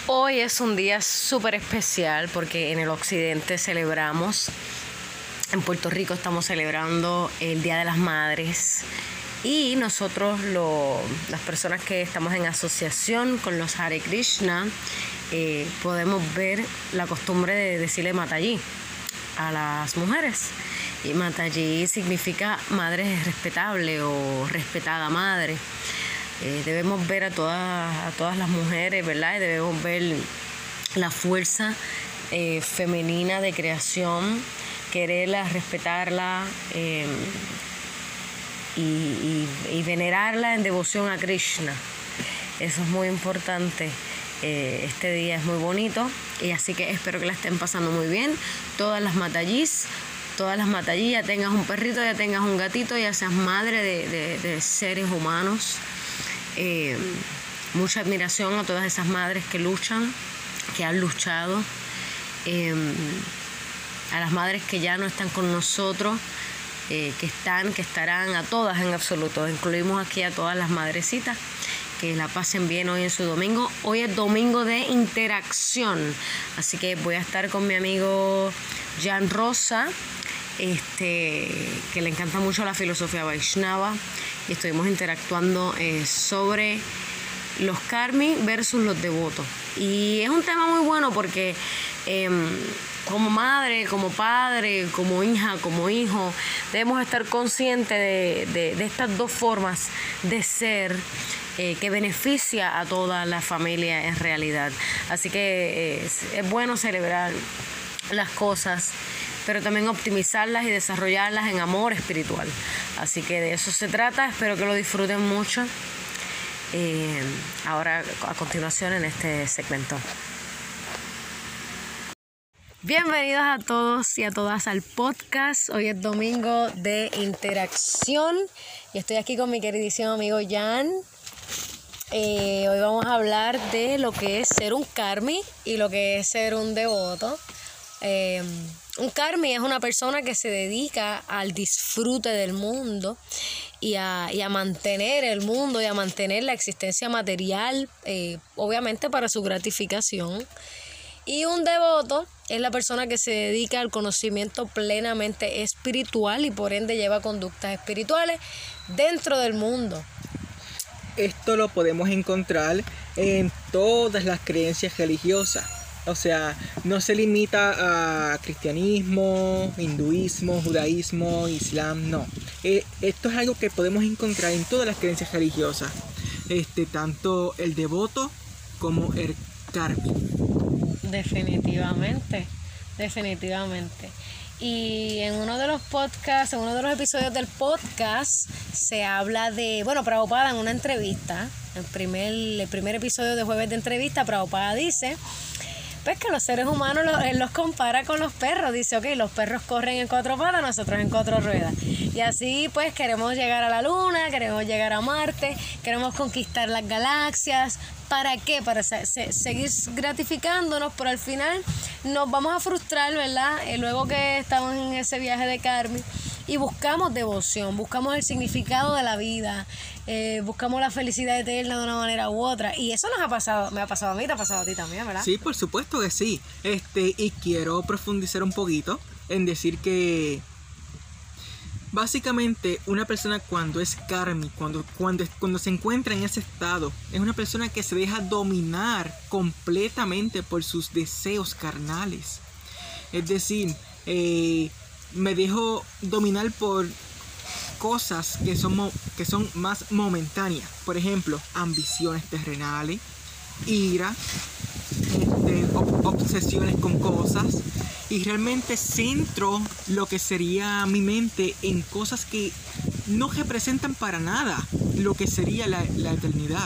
Hoy es un día súper especial porque en el occidente celebramos, en Puerto Rico estamos celebrando el Día de las Madres y nosotros, las personas que estamos en asociación con los Hare Krishna, podemos ver la costumbre de decirle Mataji a las mujeres. Y Mataji significa madre respetable o respetada madre. Debemos ver a todas las mujeres, ¿verdad? Y debemos ver la fuerza femenina de creación, quererla, respetarla y venerarla en devoción a Krishna. Eso es muy importante. Este día es muy bonito y así que espero que la estén pasando muy bien. Todas las Matajis, ya tengas un perrito, ya tengas un gatito, ya seas madre de seres humanos. Mucha admiración a todas esas madres que luchan, que han luchado, a las madres que ya no están con nosotros, que estarán, a todas en absoluto. Incluimos aquí a todas las madrecitas, que la pasen bien hoy en su domingo. Hoy es domingo de interacción, así que voy a estar con mi amigo Jan Rosa, que le encanta mucho la filosofía Vaishnava, y estuvimos interactuando sobre los karmi versus los devotos. Y es un tema muy bueno porque como madre, como padre, como hija, como hijo, debemos estar conscientes de estas dos formas de ser que beneficia a toda la familia en realidad. Así que es bueno celebrar las cosas, pero también optimizarlas y desarrollarlas en amor espiritual. Así que de eso se trata. Espero que lo disfruten mucho. Ahora, a continuación, en este segmento. Bienvenidos a todos y a todas al podcast. Hoy es domingo de interacción y estoy aquí con mi queridísimo amigo Jan. Hoy vamos a hablar de lo que es ser un karmi y lo que es ser un devoto. Un karmi es una persona que se dedica al disfrute del mundo y a mantener el mundo y a mantener la existencia material, obviamente para su gratificación. Y un devoto es la persona que se dedica al conocimiento plenamente espiritual y por ende lleva conductas espirituales dentro del mundo. Esto lo podemos encontrar en todas las creencias religiosas. O sea, no se limita a cristianismo, hinduismo, judaísmo, islam, no. Esto es algo que podemos encontrar en todas las creencias religiosas. Tanto el devoto como el karmi. Definitivamente. Y en uno de los podcasts, en uno de los episodios del podcast, se habla de, Prabhupada en una entrevista, el primer episodio de Jueves de Entrevista, Prabhupada dice pues que los seres humanos él los compara con los perros. Dice, ok, los perros corren en 4 patas, nosotros en 4 ruedas. Y así pues queremos llegar a la luna, queremos llegar a Marte, queremos conquistar las galaxias. ¿Para qué? Para seguir gratificándonos, pero al final nos vamos a frustrar, ¿verdad? Luego que estamos en ese viaje de karmi y buscamos devoción, buscamos el significado de la vida, buscamos la felicidad eterna de una manera u otra. Y eso nos ha pasado, me ha pasado a mí, te ha pasado a ti también, ¿verdad? Sí, por supuesto que sí. Y quiero profundizar un poquito en decir que básicamente una persona cuando es karmi, cuando se encuentra en ese estado, es una persona que se deja dominar completamente por sus deseos carnales. Es decir, me dejo dominar por cosas que son más momentáneas. Por ejemplo, ambiciones terrenales, ira, obsesiones con cosas. Y realmente centro lo que sería mi mente en cosas que no representan para nada lo que sería la eternidad.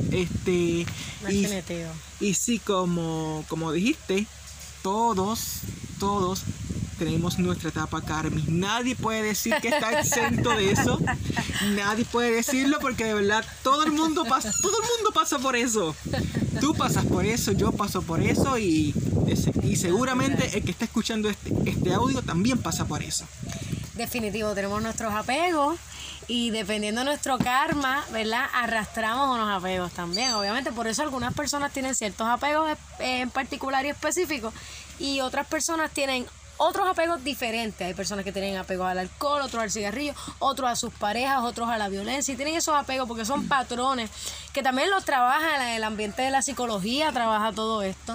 Y sí, como dijiste, todos tenemos nuestra etapa karmi. Nadie puede decir que está exento de eso. Nadie puede decirlo porque de verdad todo el mundo pasa por eso. Tú pasas por eso, yo paso por eso y seguramente el que está escuchando este audio también pasa por eso. Definitivo, tenemos nuestros apegos y dependiendo de nuestro karma, ¿verdad? Arrastramos unos apegos también. Obviamente, por eso algunas personas tienen ciertos apegos en particular y específicos y otras personas tienen otros apegos diferentes. Hay personas que tienen apegos al alcohol, otros al cigarrillo, otros a sus parejas, otros a la violencia y tienen esos apegos porque son patrones que también los trabaja en el ambiente de la psicología, trabaja todo esto.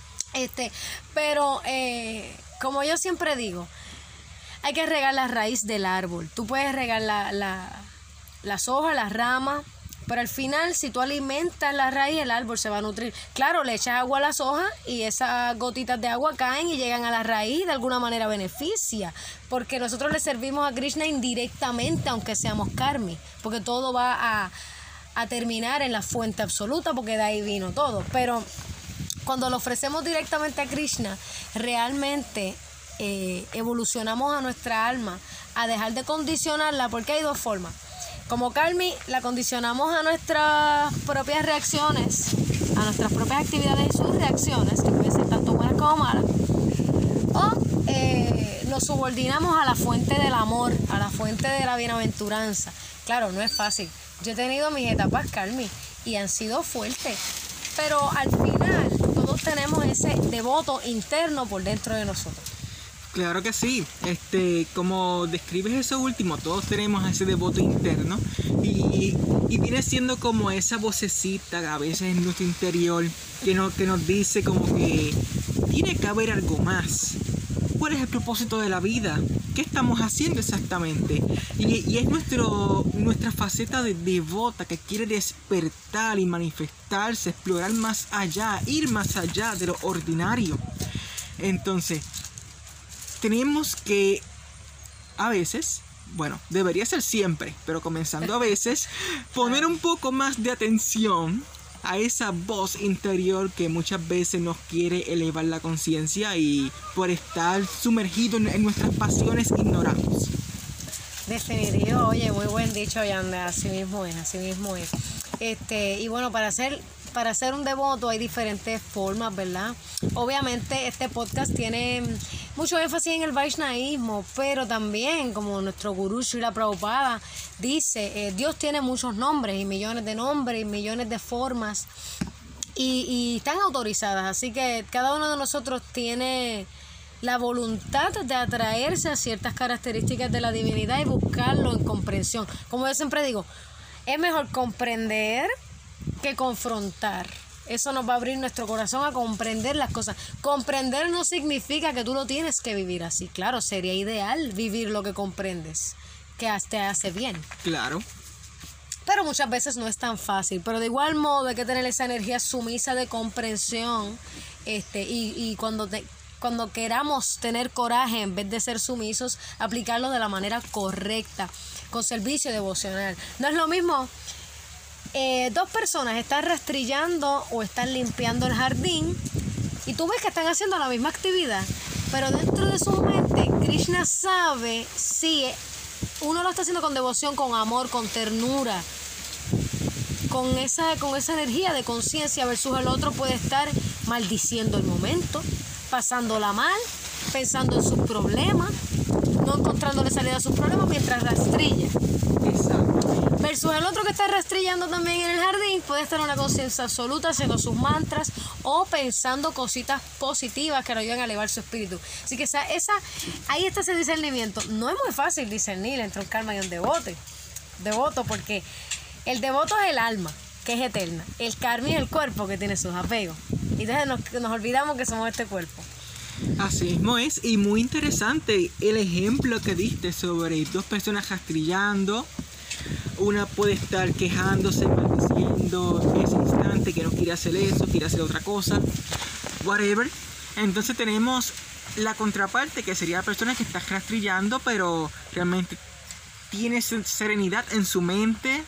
Pero como yo siempre digo, hay que regar la raíz del árbol. Tú puedes regar las hojas, las ramas, pero al final, si tú alimentas la raíz, el árbol se va a nutrir. Claro, le echas agua a las hojas y esas gotitas de agua caen y llegan a la raíz, de alguna manera beneficia, porque nosotros le servimos a Krishna indirectamente, aunque seamos karmi, porque todo va a terminar en la fuente absoluta, porque de ahí vino todo. Pero cuando lo ofrecemos directamente a Krishna, realmente evolucionamos a nuestra alma, a dejar de condicionarla, porque hay dos formas. Como karmi, la condicionamos a nuestras propias reacciones, a nuestras propias actividades y sus reacciones, que pueden ser tanto buenas como malas, o nos subordinamos a la fuente del amor, a la fuente de la bienaventuranza. Claro, no es fácil. Yo he tenido mis etapas karmi y han sido fuertes, pero al final todos tenemos ese devoto interno por dentro de nosotros. Claro que sí, como describes eso último, todos tenemos ese devoto interno y viene siendo como esa vocecita a veces en nuestro interior que nos dice como que tiene que haber algo más. ¿Cuál es el propósito de la vida? ¿Qué estamos haciendo exactamente? Y es nuestra faceta de devota que quiere despertar y manifestarse, explorar más allá, ir más allá de lo ordinario. Entonces, tenemos que a veces, bueno, debería ser siempre, pero comenzando a veces, poner un poco más de atención a esa voz interior que muchas veces nos quiere elevar la conciencia y por estar sumergido en nuestras pasiones ignoramos. Definitivo, oye, muy buen dicho, Yanda, así mismo es. Y bueno, para ser un devoto hay diferentes formas, ¿verdad? Obviamente este podcast tiene mucho énfasis en el Vaishnavismo, pero también, como nuestro gurú Srila Prabhupada dice, Dios tiene muchos nombres y millones de formas y están autorizadas, así que cada uno de nosotros tiene la voluntad de atraerse a ciertas características de la divinidad y buscarlo en comprensión. Como yo siempre digo, es mejor comprender que confrontar. Eso nos va a abrir nuestro corazón a comprender las cosas. Comprender no significa que tú lo tienes que vivir así. Claro, sería ideal vivir lo que comprendes, que te hace bien. Claro. Pero muchas veces no es tan fácil. Pero de igual modo hay que tener esa energía sumisa de comprensión. Y cuando queramos tener coraje, en vez de ser sumisos, aplicarlo de la manera correcta, con servicio devocional. No es lo mismo. Dos personas están rastrillando o están limpiando el jardín y tú ves que están haciendo la misma actividad, pero dentro de su mente Krishna sabe si uno lo está haciendo con devoción, con amor, con ternura, con esa energía de conciencia, versus el otro puede estar maldiciendo el momento, pasándola mal, pensando en sus problemas, no encontrándole salida a sus problemas mientras rastrilla. Exacto. Versus el otro que está rastrillando también en el jardín, puede estar en una conciencia absoluta haciendo sus mantras o pensando cositas positivas que lo ayudan a elevar su espíritu. Así que ahí está ese discernimiento. No es muy fácil discernir entre un karma y un devoto, porque el devoto es el alma, que es eterna. El karma es el cuerpo, que tiene sus apegos. Y entonces nos olvidamos que somos este cuerpo. Así mismo es, y muy interesante el ejemplo que diste sobre dos personas rastrillando. Una puede estar quejándose, maldiciendo en ese instante que no quiere hacer eso, quiere hacer otra cosa, whatever. Entonces tenemos la contraparte, que sería la persona que está rastrillando, pero realmente tiene serenidad en su mente,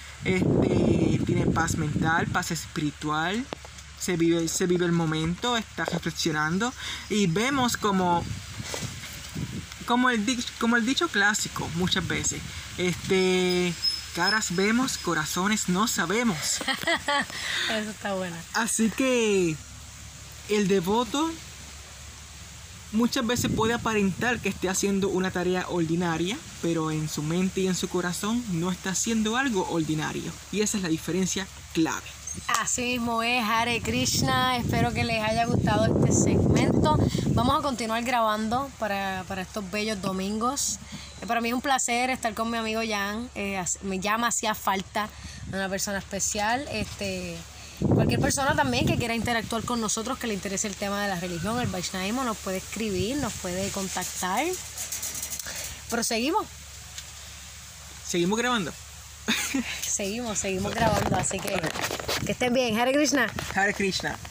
tiene paz mental, paz espiritual, se vive el momento, está reflexionando, y vemos como el dicho clásico muchas veces, caras vemos, corazones no sabemos. Eso está bueno. Así que el devoto Muchas veces puede aparentar que esté haciendo una tarea ordinaria, pero en su mente y en su corazón no está haciendo algo ordinario. Y esa es la diferencia clave. Así mismo es, Hare Krishna. Espero que les haya gustado este segmento. Vamos a continuar grabando para estos bellos domingos. Para mí es un placer estar con mi amigo Jan. Ya me hacía falta una persona especial. Cualquier persona también que quiera interactuar con nosotros, que le interese el tema de la religión, el Vaishnavismo, nos puede escribir, nos puede contactar. Proseguimos. Seguimos grabando. Seguimos grabando, así que estén bien. Hare Krishna. Hare Krishna.